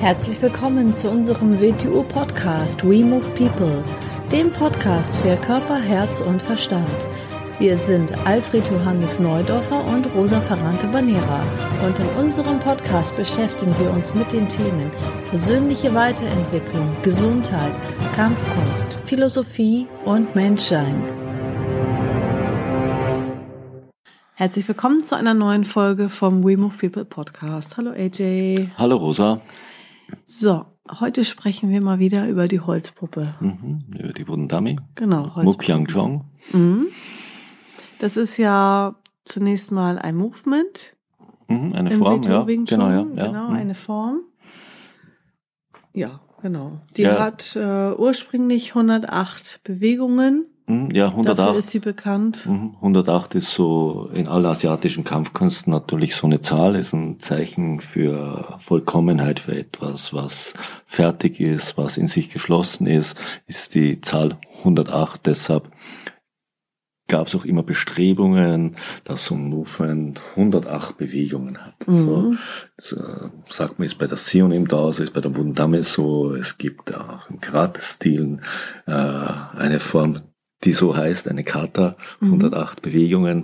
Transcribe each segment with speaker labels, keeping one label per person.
Speaker 1: Herzlich willkommen zu unserem WTU-Podcast We Move People, dem Podcast für Körper, Herz und Verstand. Wir sind Alfred Johannes Neudorfer und Rosa Ferrante-Banera und in unserem Podcast beschäftigen wir uns mit den Themen persönliche Weiterentwicklung, Gesundheit, Kampfkunst, Philosophie und Menschsein. Herzlich willkommen zu einer neuen Folge vom We Move People Podcast. Hallo AJ.
Speaker 2: Hallo Rosa.
Speaker 1: So, heute sprechen wir mal wieder über die Holzpuppe.
Speaker 2: Über die Wooden Dummy.
Speaker 1: Genau, Holzpuppe.
Speaker 2: Mukhyang-chong.
Speaker 1: Das ist ja zunächst mal ein Movement.
Speaker 2: Eine Form, ja.
Speaker 1: Genau, eine Form. Ja, genau. Die hat ursprünglich 108 Bewegungen.
Speaker 2: Ja, 108.
Speaker 1: Dafür ist sie bekannt.
Speaker 2: 108 ist so in allen asiatischen Kampfkünsten natürlich so eine Zahl, ist ein Zeichen für Vollkommenheit, für etwas, was fertig ist, was in sich geschlossen ist die Zahl 108. Deshalb gab es auch immer Bestrebungen, dass so ein Movement 108 Bewegungen hat. So sagt man, ist bei der Seonim da, so ist bei der Wooden Dummy so. Es gibt auch im Karate-Stil eine Form, die so heißt, eine Kata, 108 Bewegungen.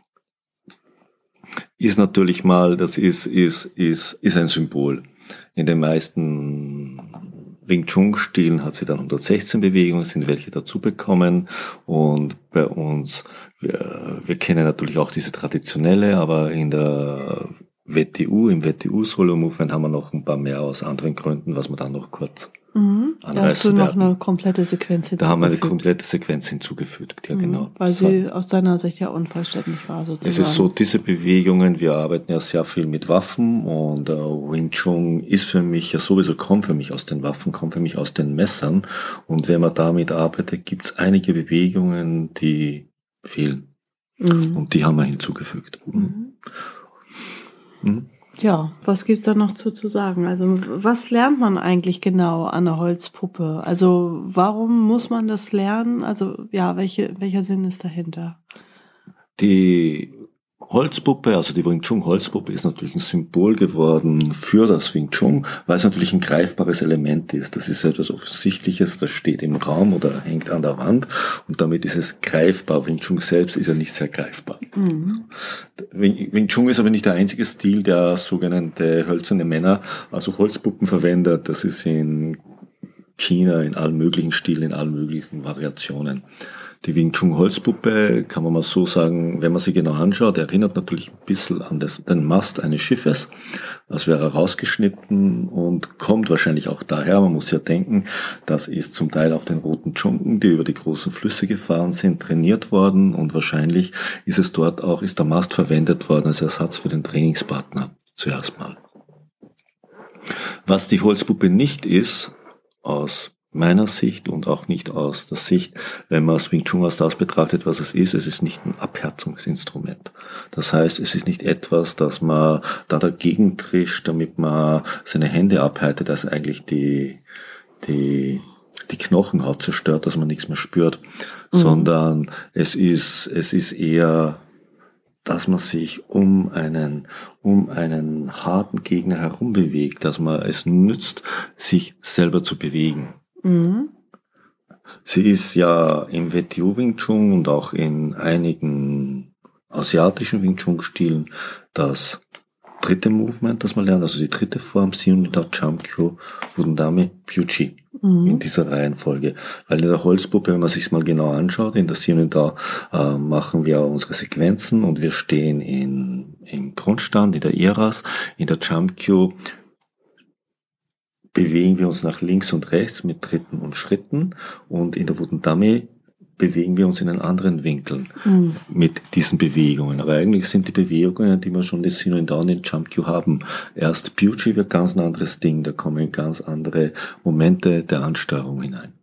Speaker 2: Ist natürlich mal, das ist ein Symbol. In den meisten Wing Chun Stilen hat sie dann 116 Bewegungen, sind welche dazu bekommen. Und bei uns, wir kennen natürlich auch diese traditionelle, aber in der im WTU Solo Movement haben wir noch ein paar mehr aus anderen Gründen, was wir dann noch kurz
Speaker 1: da hast du noch eine komplette Sequenz hinzugefügt.
Speaker 2: Da haben wir eine komplette Sequenz hinzugefügt, ja genau.
Speaker 1: Weil sie aus deiner Sicht ja unvollständig war sozusagen.
Speaker 2: Es ist so, diese Bewegungen, wir arbeiten ja sehr viel mit Waffen und Wing Chun ist für mich ja sowieso, kommt für mich aus den Waffen, kommt für mich aus den Messern. Und wenn man damit arbeitet, gibt es einige Bewegungen, die fehlen. Und die haben wir hinzugefügt.
Speaker 1: Ja, was gibt's da noch zu sagen? Also, was lernt man eigentlich genau an der Holzpuppe? Also, warum muss man das lernen? Also, ja, welcher Sinn ist dahinter?
Speaker 2: Die Holzpuppe, also die Wing Chun Holzpuppe ist natürlich ein Symbol geworden für das Wing Chun, weil es natürlich ein greifbares Element ist. Das ist etwas Offensichtliches, das steht im Raum oder hängt an der Wand und damit ist es greifbar. Wing Chun selbst ist ja nicht sehr greifbar. So. Wing Chun ist aber nicht der einzige Stil, der sogenannte hölzerne Männer, also Holzpuppen verwendet. Das ist in China in allen möglichen Stilen, in allen möglichen Variationen. Die Wing Chun Holzpuppe, kann man mal so sagen, wenn man sie genau anschaut, erinnert natürlich ein bisschen an den Mast eines Schiffes. Das wäre rausgeschnitten und kommt wahrscheinlich auch daher. Man muss ja denken, das ist zum Teil auf den roten Dschungeln, die über die großen Flüsse gefahren sind, trainiert worden und wahrscheinlich ist der Mast verwendet worden als Ersatz für den Trainingspartner zuerst mal. Was die Holzpuppe nicht ist, aus meiner Sicht und auch nicht aus der Sicht, wenn man das Wing Chun als das betrachtet, was es ist nicht ein Abhärtungsinstrument. Das heißt, es ist nicht etwas, das man da dagegen trischt, damit man seine Hände abhärtet, dass eigentlich die Knochenhaut zerstört, dass man nichts mehr spürt, sondern es ist eher, dass man sich um einen harten Gegner herum bewegt, dass man es nützt, sich selber zu bewegen. Sie ist ja im WTU Wing Chun und auch in einigen asiatischen Wing Chun Stilen das dritte Movement, das man lernt, also die dritte Form, Seonida, Chamkyo, Wooden Dummy, Pyu-Chi. In dieser Reihenfolge. Weil in der Holzpuppe, wenn man sich mal genau anschaut, in der Seonida machen wir unsere Sequenzen und wir stehen im Grundstand, in der Eras, in der Chamkyo bewegen wir uns nach links und rechts mit Tritten und Schritten und in der Wooden Dummy bewegen wir uns in einen anderen Winkel mit diesen Bewegungen. Aber eigentlich sind die Bewegungen, die wir schon in Seonida und in Chamkyo haben. Erst Pyu-Chi wird ganz ein anderes Ding, da kommen ganz andere Momente der Ansteuerung hinein.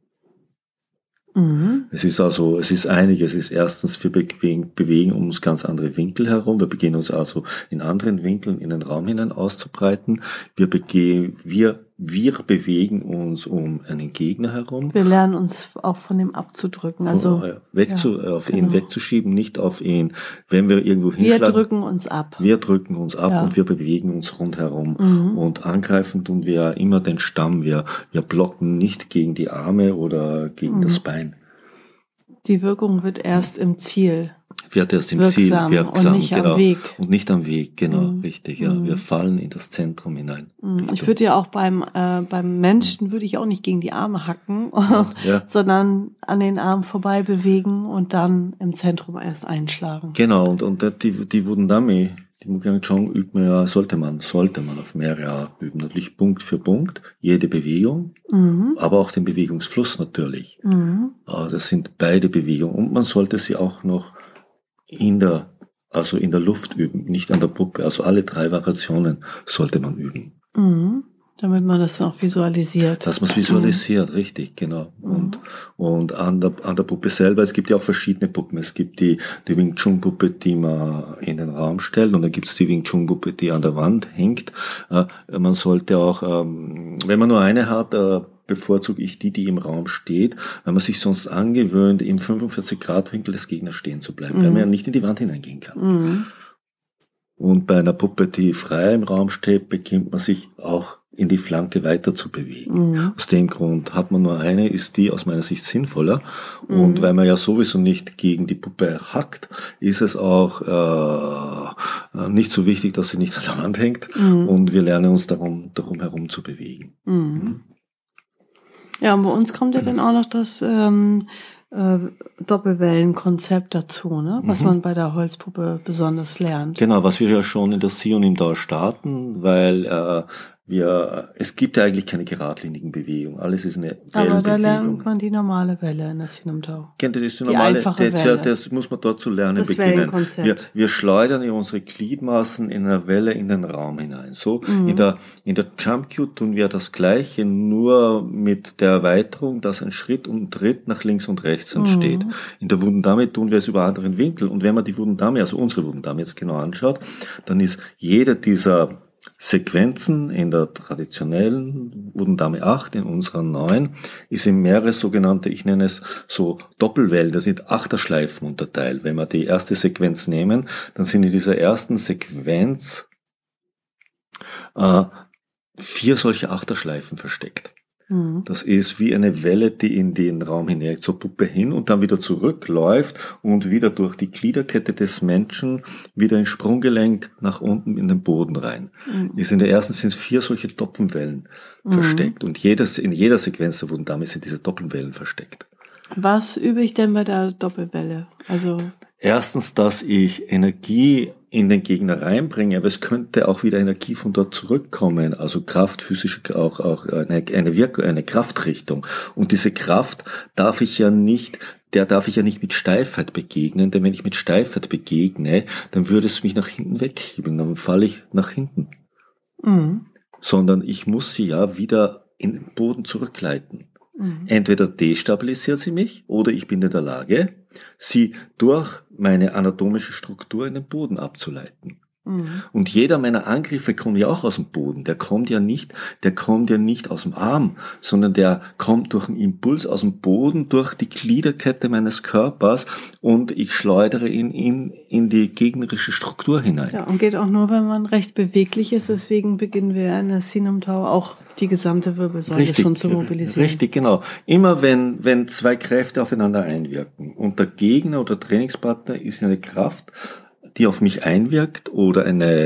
Speaker 2: Es ist einiges. Es ist erstens, wir bewegen uns ganz andere Winkel herum. Wir beginnen uns also in anderen Winkeln in den Raum hinein auszubreiten. Wir wir bewegen uns um einen Gegner herum.
Speaker 1: Wir lernen uns auch von dem abzudrücken, also
Speaker 2: auf ihn wegzuschieben, nicht auf ihn, wenn wir irgendwo hinschlagen.
Speaker 1: Wir drücken uns ab.
Speaker 2: Wir drücken uns ab und wir bewegen uns rundherum. Und angreifen tun wir ja immer den Stamm. Wir blocken nicht gegen die Arme oder gegen das Bein.
Speaker 1: Die Wirkung wird erst im Ziel.
Speaker 2: Wird erst im Ziel wirksam,
Speaker 1: und nicht am Weg.
Speaker 2: Und nicht am Weg, genau, richtig, ja. Wir fallen in das Zentrum hinein.
Speaker 1: Ich würde ja auch beim Menschen würde ich auch nicht gegen die Arme hacken, sondern an den Armen vorbei bewegen und dann im Zentrum erst einschlagen.
Speaker 2: Genau, und die Wudendame, die Mukyang Chong übt man ja, sollte man auf mehrere Art üben. Natürlich Punkt für Punkt, jede Bewegung, aber auch den Bewegungsfluss natürlich. Das sind beide Bewegungen und man sollte sie auch noch in der Luft üben, nicht an der Puppe. Also alle 3 Variationen sollte man üben.
Speaker 1: Damit man das auch visualisiert.
Speaker 2: Dass man es visualisiert, richtig, genau. Und an der Puppe selber, es gibt ja auch verschiedene Puppen. Es gibt die Wing Chun Puppe, die man in den Raum stellt, und dann gibt es die Wing Chun Puppe, die an der Wand hängt. Man sollte auch, wenn man nur eine hat, bevorzuge ich die im Raum steht, weil man sich sonst angewöhnt, im 45-Grad-Winkel des Gegners stehen zu bleiben, weil man ja nicht in die Wand hineingehen kann. Und bei einer Puppe, die frei im Raum steht, beginnt man sich auch in die Flanke weiter zu bewegen. Aus dem Grund hat man nur eine, ist die aus meiner Sicht sinnvoller. Und weil man ja sowieso nicht gegen die Puppe hackt, ist es auch nicht so wichtig, dass sie nicht an der Wand hängt. Und wir lernen uns darum herum zu bewegen.
Speaker 1: Ja, und bei uns kommt ja dann auch noch das Doppelwellenkonzept dazu, ne? Was man bei der Holzpuppe besonders lernt.
Speaker 2: Genau, was wir ja schon in der Si und im Da starten, weil es gibt ja eigentlich keine geradlinigen Bewegungen. Alles ist eine Wellenbewegung.
Speaker 1: Aber da lernt man die normale Welle in der Si und Tao.
Speaker 2: Das ist die normale,
Speaker 1: einfache Welle.
Speaker 2: Das muss man dort zu lernen
Speaker 1: das
Speaker 2: beginnen.
Speaker 1: Wellenkonzept.
Speaker 2: Wir schleudern ja unsere Gliedmaßen in einer Welle in den Raum hinein. So, in der Jump Cue tun wir das Gleiche, nur mit der Erweiterung, dass ein Schritt und Tritt nach links und rechts entsteht. In der Wudendame tun wir es über anderen Winkel. Und wenn man die Wudendame, also unsere Wudendame jetzt genau anschaut, dann ist jeder dieser Sequenzen in der traditionellen Wudendame 8, in unserer 9, ist in mehrere sogenannte, ich nenne es so Doppelwellen, das sind Achterschleifen unterteilt. Wenn wir die erste Sequenz nehmen, dann sind in dieser ersten Sequenz 4 solche Achterschleifen versteckt. Das ist wie eine Welle, die in den Raum hinein zur Puppe hin und dann wieder zurückläuft und wieder durch die Gliederkette des Menschen wieder ins Sprunggelenk nach unten in den Boden rein. In der ersten sind 4 solche Doppelwellen versteckt und in jeder Sequenz der Wudendame sind diese Doppelwellen versteckt.
Speaker 1: Was übe ich denn bei der Doppelwelle? Also
Speaker 2: erstens, dass ich Energie in den Gegner reinbringe, aber es könnte auch wieder Energie von dort zurückkommen, also Kraft, physische, auch eine Wirkung, eine Kraftrichtung. Und diese Kraft darf ich ja nicht mit Steifheit begegnen, denn wenn ich mit Steifheit begegne, dann würde es mich nach hinten weghebeln, dann falle ich nach hinten. Sondern ich muss sie ja wieder in den Boden zurückleiten. Entweder destabilisiert sie mich oder ich bin in der Lage, sie durch meine anatomische Struktur in den Boden abzuleiten. Und jeder meiner Angriffe kommt ja auch aus dem Boden. Der kommt ja nicht aus dem Arm, sondern der kommt durch einen Impuls aus dem Boden, durch die Gliederkette meines Körpers und ich schleudere ihn in die gegnerische Struktur hinein.
Speaker 1: Ja, und geht auch nur, wenn man recht beweglich ist. Deswegen beginnen wir in der Si und Tao auch die gesamte Wirbelsäule schon zu mobilisieren.
Speaker 2: Richtig, genau. Immer wenn 2 Kräfte aufeinander einwirken und der Gegner oder Trainingspartner ist eine Kraft, die auf mich einwirkt oder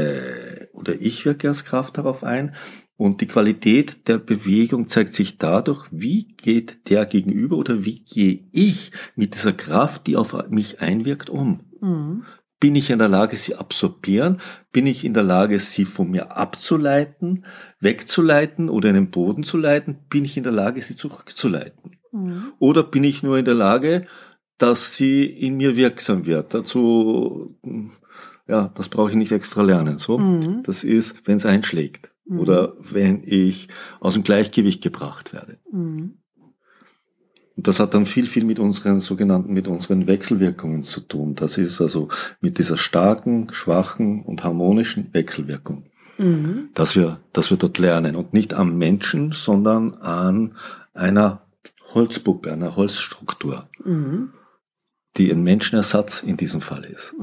Speaker 2: ich wirke als Kraft darauf ein. Und die Qualität der Bewegung zeigt sich dadurch, wie geht der Gegenüber oder wie gehe ich mit dieser Kraft, die auf mich einwirkt, um. Bin ich in der Lage, sie absorbieren? Bin ich in der Lage, sie von mir abzuleiten, wegzuleiten oder in den Boden zu leiten? Bin ich in der Lage, sie zurückzuleiten? Oder bin ich nur in der Lage, dass sie in mir wirksam wird? Dazu, ja, das brauche ich nicht extra lernen. So, das ist, wenn es einschlägt oder wenn ich aus dem Gleichgewicht gebracht werde. Und das hat dann viel mit unseren Wechselwirkungen zu tun. Das ist also mit dieser starken, schwachen und harmonischen Wechselwirkung. dass wir dort lernen. Und nicht am Menschen, sondern an einer Holzpuppe, einer Holzstruktur, die ein Menschenersatz in diesem Fall ist.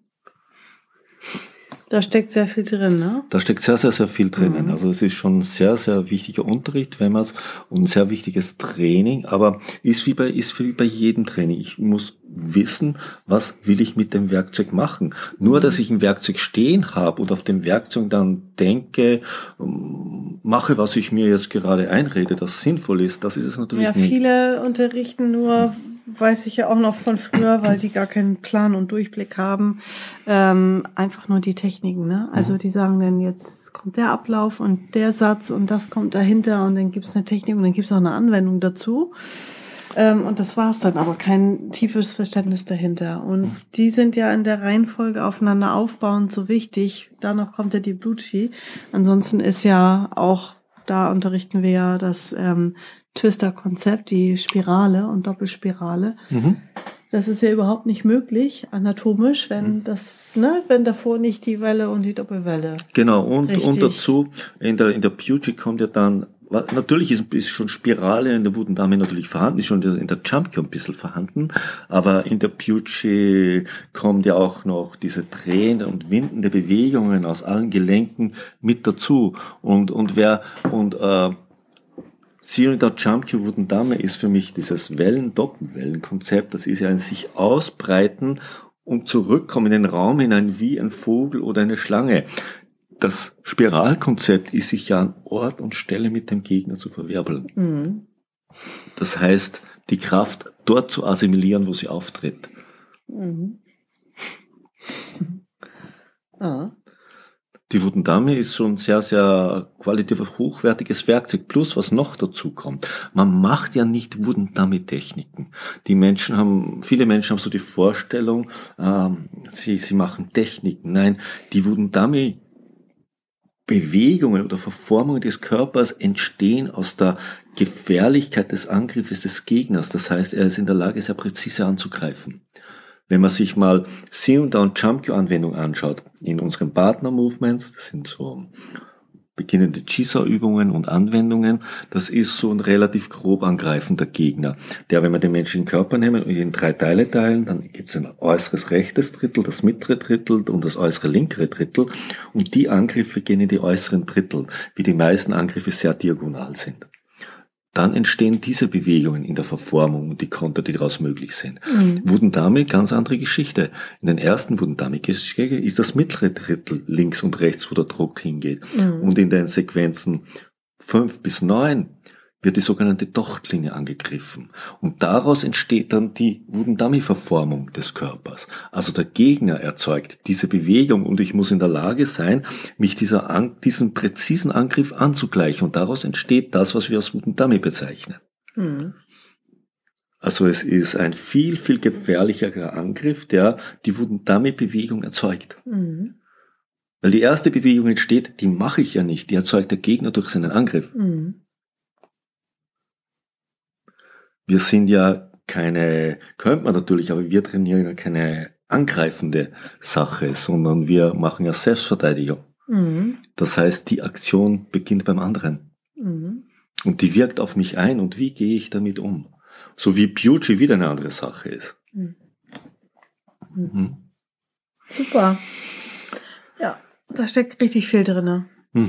Speaker 1: Da steckt sehr viel drin, ne?
Speaker 2: Da steckt sehr, sehr, sehr viel drinnen. Also es ist schon ein sehr, sehr wichtiger Unterricht, wenn man es, und ein sehr wichtiges Training, aber ist wie bei jedem Training. Ich muss wissen, was will ich mit dem Werkzeug machen. Nur, dass ich ein Werkzeug stehen habe und auf dem Werkzeug dann denke, mache, was ich mir jetzt gerade einrede, das sinnvoll ist, das ist es natürlich nicht.
Speaker 1: Ja, viele unterrichten nur, weiß ich ja auch noch von früher, weil die gar keinen Plan und Durchblick haben, einfach nur die Techniken, ne? Also die sagen dann, jetzt kommt der Ablauf und der Satz und das kommt dahinter und dann gibt's eine Technik und dann gibt's auch eine Anwendung dazu. Und das war's dann, aber kein tiefes Verständnis dahinter. Und die sind ja in der Reihenfolge aufeinander aufbauend so wichtig. Danach kommt ja die Blutschi. Ansonsten ist ja auch, da unterrichten wir ja das Twister-Konzept, die Spirale und Doppelspirale. Das ist ja überhaupt nicht möglich, anatomisch, wenn wenn davor nicht die Welle und die Doppelwelle.
Speaker 2: Genau, und dazu, in der Blutschi kommt ja dann, natürlich ist schon Spirale in der Wudendame natürlich vorhanden, ist schon in der Jumpcue ein bisschen vorhanden, aber in der Blutschi kommt ja auch noch diese drehende und windende Bewegungen aus allen Gelenken mit dazu. Ziel der Jumpcue Wudendame ist für mich dieses Doppelwellen-Konzept, das ist ja ein sich ausbreiten und zurückkommen in den Raum hinein wie ein Vogel oder eine Schlange. Das Spiralkonzept ist, sich ja an Ort und Stelle mit dem Gegner zu verwirbeln. Das heißt, die Kraft dort zu assimilieren, wo sie auftritt. Die Wudendame ist schon sehr, sehr qualitativ hochwertiges Werkzeug. Plus, was noch dazu kommt. Man macht ja nicht Wudendame-Techniken. Viele Menschen haben so die Vorstellung, sie machen Techniken. Nein, die Wudendame Bewegungen oder Verformungen des Körpers entstehen aus der Gefährlichkeit des Angriffes des Gegners. Das heißt, er ist in der Lage, sehr präzise anzugreifen. Wenn man sich mal Sit-Down Jumpcue-Anwendung anschaut, in unseren Partner-Movements, das sind so beginnende Jisa-Übungen und Anwendungen, das ist so ein relativ grob angreifender Gegner, der, wenn wir den menschlichen Körper nehmen und ihn in 3 Teile teilen, dann gibt es ein äußeres rechtes Drittel, das mittlere Drittel und das äußere linkere Drittel, und die Angriffe gehen in die äußeren Drittel, wie die meisten Angriffe sehr diagonal sind. Dann entstehen diese Bewegungen in der Verformung und die Konter, die daraus möglich sind. Wudendame, ganz andere Geschichte. In den ersten Wudendame-Geschäge ist das mittlere Drittel links und rechts, wo der Druck hingeht. Und in den Sequenzen 5 bis 9 wird die sogenannte Dochtlinie angegriffen. Und daraus entsteht dann die Wudendame-Verformung des Körpers. Also der Gegner erzeugt diese Bewegung und ich muss in der Lage sein, mich diesem präzisen Angriff anzugleichen. Und daraus entsteht das, was wir als Wudendame bezeichnen. Also es ist ein viel, viel gefährlicherer Angriff, der die Wudendame-Bewegung erzeugt. Weil die erste Bewegung entsteht, die mache ich ja nicht, die erzeugt der Gegner durch seinen Angriff. Wir sind ja könnte man natürlich, aber wir trainieren ja keine angreifende Sache, sondern wir machen ja Selbstverteidigung. Das heißt, die Aktion beginnt beim anderen. Und die wirkt auf mich ein und wie gehe ich damit um? So wie Blutschi wieder eine andere Sache ist.
Speaker 1: Super. Ja, da steckt richtig viel drin.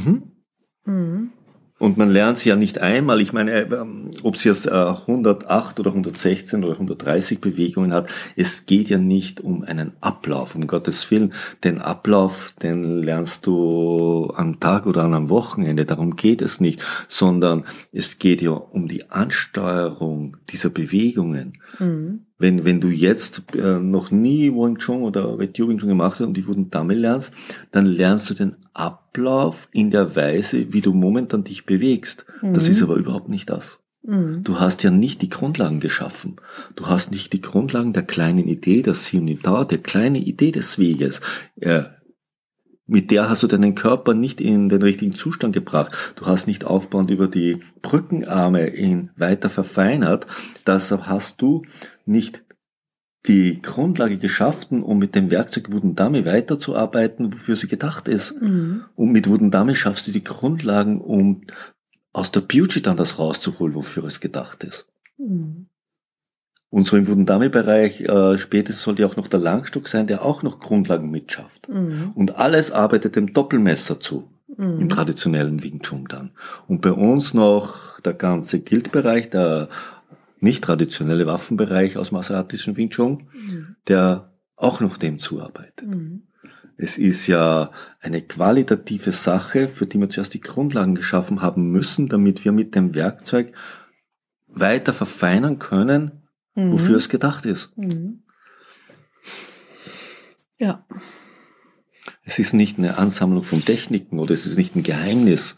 Speaker 2: Und man lernt sie ja nicht einmal. Ich meine, ob sie jetzt 108 oder 116 oder 130 Bewegungen hat, es geht ja nicht um einen Ablauf, um Gottes Willen. Den Ablauf, den lernst du am Tag oder an einem Wochenende. Darum geht es nicht, sondern es geht ja um die Ansteuerung dieser Bewegungen. Wenn du jetzt noch nie Wing Chun oder WTO Wing Chun gemacht hast und die Wudendame lernst, dann lernst du den Ablauf in der Weise, wie du momentan dich bewegst. Das ist aber überhaupt nicht das. Du hast ja nicht die Grundlagen geschaffen. Du hast nicht die Grundlagen der kleinen Idee, der Siunita, der kleinen Idee des Weges. Mit der hast du deinen Körper nicht in den richtigen Zustand gebracht. Du hast nicht aufbauend über die Brückenarme ihn weiter verfeinert. Deshalb hast du nicht die Grundlage geschaffen, um mit dem Werkzeug Wudendami weiterzuarbeiten, wofür sie gedacht ist. Und mit Wudendami schaffst du die Grundlagen, um aus der Beauty dann das rauszuholen, wofür es gedacht ist. Und so im Wudendami-Bereich spätestens sollte auch noch der Langstock sein, der auch noch Grundlagen mitschafft. Und alles arbeitet dem Doppelmesser zu, im traditionellen Wing Chun dann. Und bei uns noch der ganze Guild-Bereich, der nicht traditionelle Waffenbereich aus dem asiatischen Wing Chun, der auch noch dem zuarbeitet. Es ist ja eine qualitative Sache, für die wir zuerst die Grundlagen geschaffen haben müssen, damit wir mit dem Werkzeug weiter verfeinern können, wofür es gedacht ist.
Speaker 1: Ja.
Speaker 2: Es ist nicht eine Ansammlung von Techniken oder es ist nicht ein Geheimnis.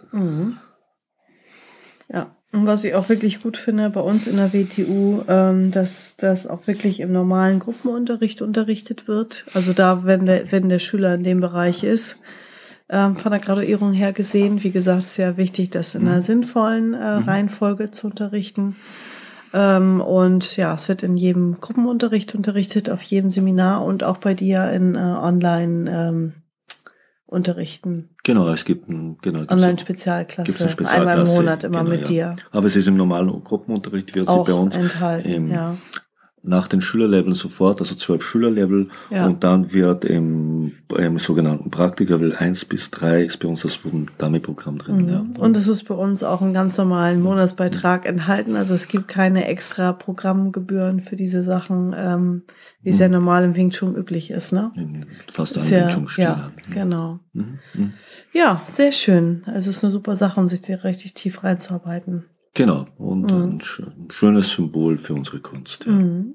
Speaker 1: Ja. Und was ich auch wirklich gut finde bei uns in der WTU, dass das auch wirklich im normalen Gruppenunterricht unterrichtet wird. Also da, wenn der Schüler in dem Bereich ist, von der Graduierung her gesehen, wie gesagt, ist ja wichtig, das in einer sinnvollen Reihenfolge zu unterrichten. Und ja, es wird in jedem Gruppenunterricht unterrichtet, auf jedem Seminar und auch bei dir in Online Unterrichten.
Speaker 2: Genau, es gibt
Speaker 1: Online-Spezialklasse, einmal im Monat immer mit dir.
Speaker 2: Aber es ist im normalen Gruppenunterricht, wird sie bei uns
Speaker 1: enthalten,
Speaker 2: nach den Schülerleveln sofort, also 12 Schülerlevel, und dann wird im sogenannten Praktiklevel 1 bis 3 ist bei uns das Wudendami-Programm drin.
Speaker 1: Und es ist bei uns auch einen ganz normalen Monatsbeitrag enthalten, also es gibt keine extra Programmgebühren für diese Sachen, wie es ja normal im Wing Chun üblich ist, ne?
Speaker 2: In fast allen Wing Chun-Stilen.
Speaker 1: Ja, genau. Ja, sehr schön. Also es ist eine super Sache, um sich da richtig tief reinzuarbeiten.
Speaker 2: Genau, und ein schönes Symbol für unsere Kunst.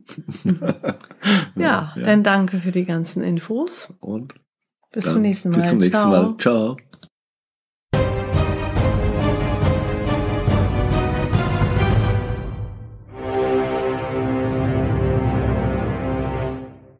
Speaker 1: Ja, dann danke für die ganzen Infos.
Speaker 2: Und
Speaker 1: bis zum nächsten Mal.
Speaker 2: Bis zum nächsten Mal. Ciao.